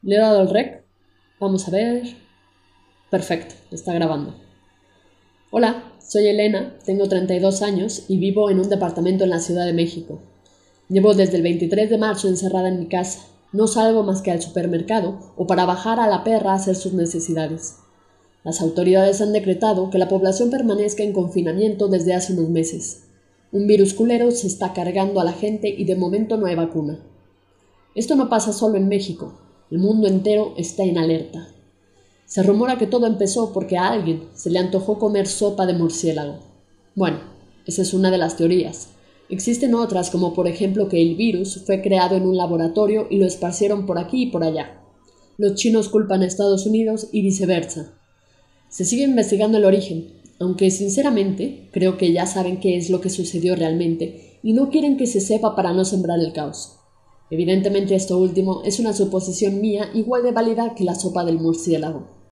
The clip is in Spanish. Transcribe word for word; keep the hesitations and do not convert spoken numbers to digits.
¿Le he dado al rec? Vamos a ver. Perfecto, está grabando. Hola, soy Elena, tengo treinta y dos años y vivo en un departamento en la Ciudad de México. Llevo desde el veintitrés de marzo encerrada en mi casa. No salgo más que al supermercado o para bajar a la perra a hacer sus necesidades. Las autoridades han decretado que la población permanezca en confinamiento desde hace unos meses. Un virus culero se está cargando a la gente y de momento no hay vacuna. Esto no pasa solo en México. El mundo entero está en alerta. Se rumora que todo empezó porque a alguien se le antojó comer sopa de murciélago. Bueno, esa es una de las teorías. Existen otras, como por ejemplo que el virus fue creado en un laboratorio y lo esparcieron por aquí y por allá. Los chinos culpan a Estados Unidos y viceversa. Se sigue investigando el origen, aunque sinceramente creo que ya saben qué es lo que sucedió realmente y no quieren que se sepa para no sembrar el caos. Evidentemente esto último es una suposición mía igual de válida que la sopa del murciélago.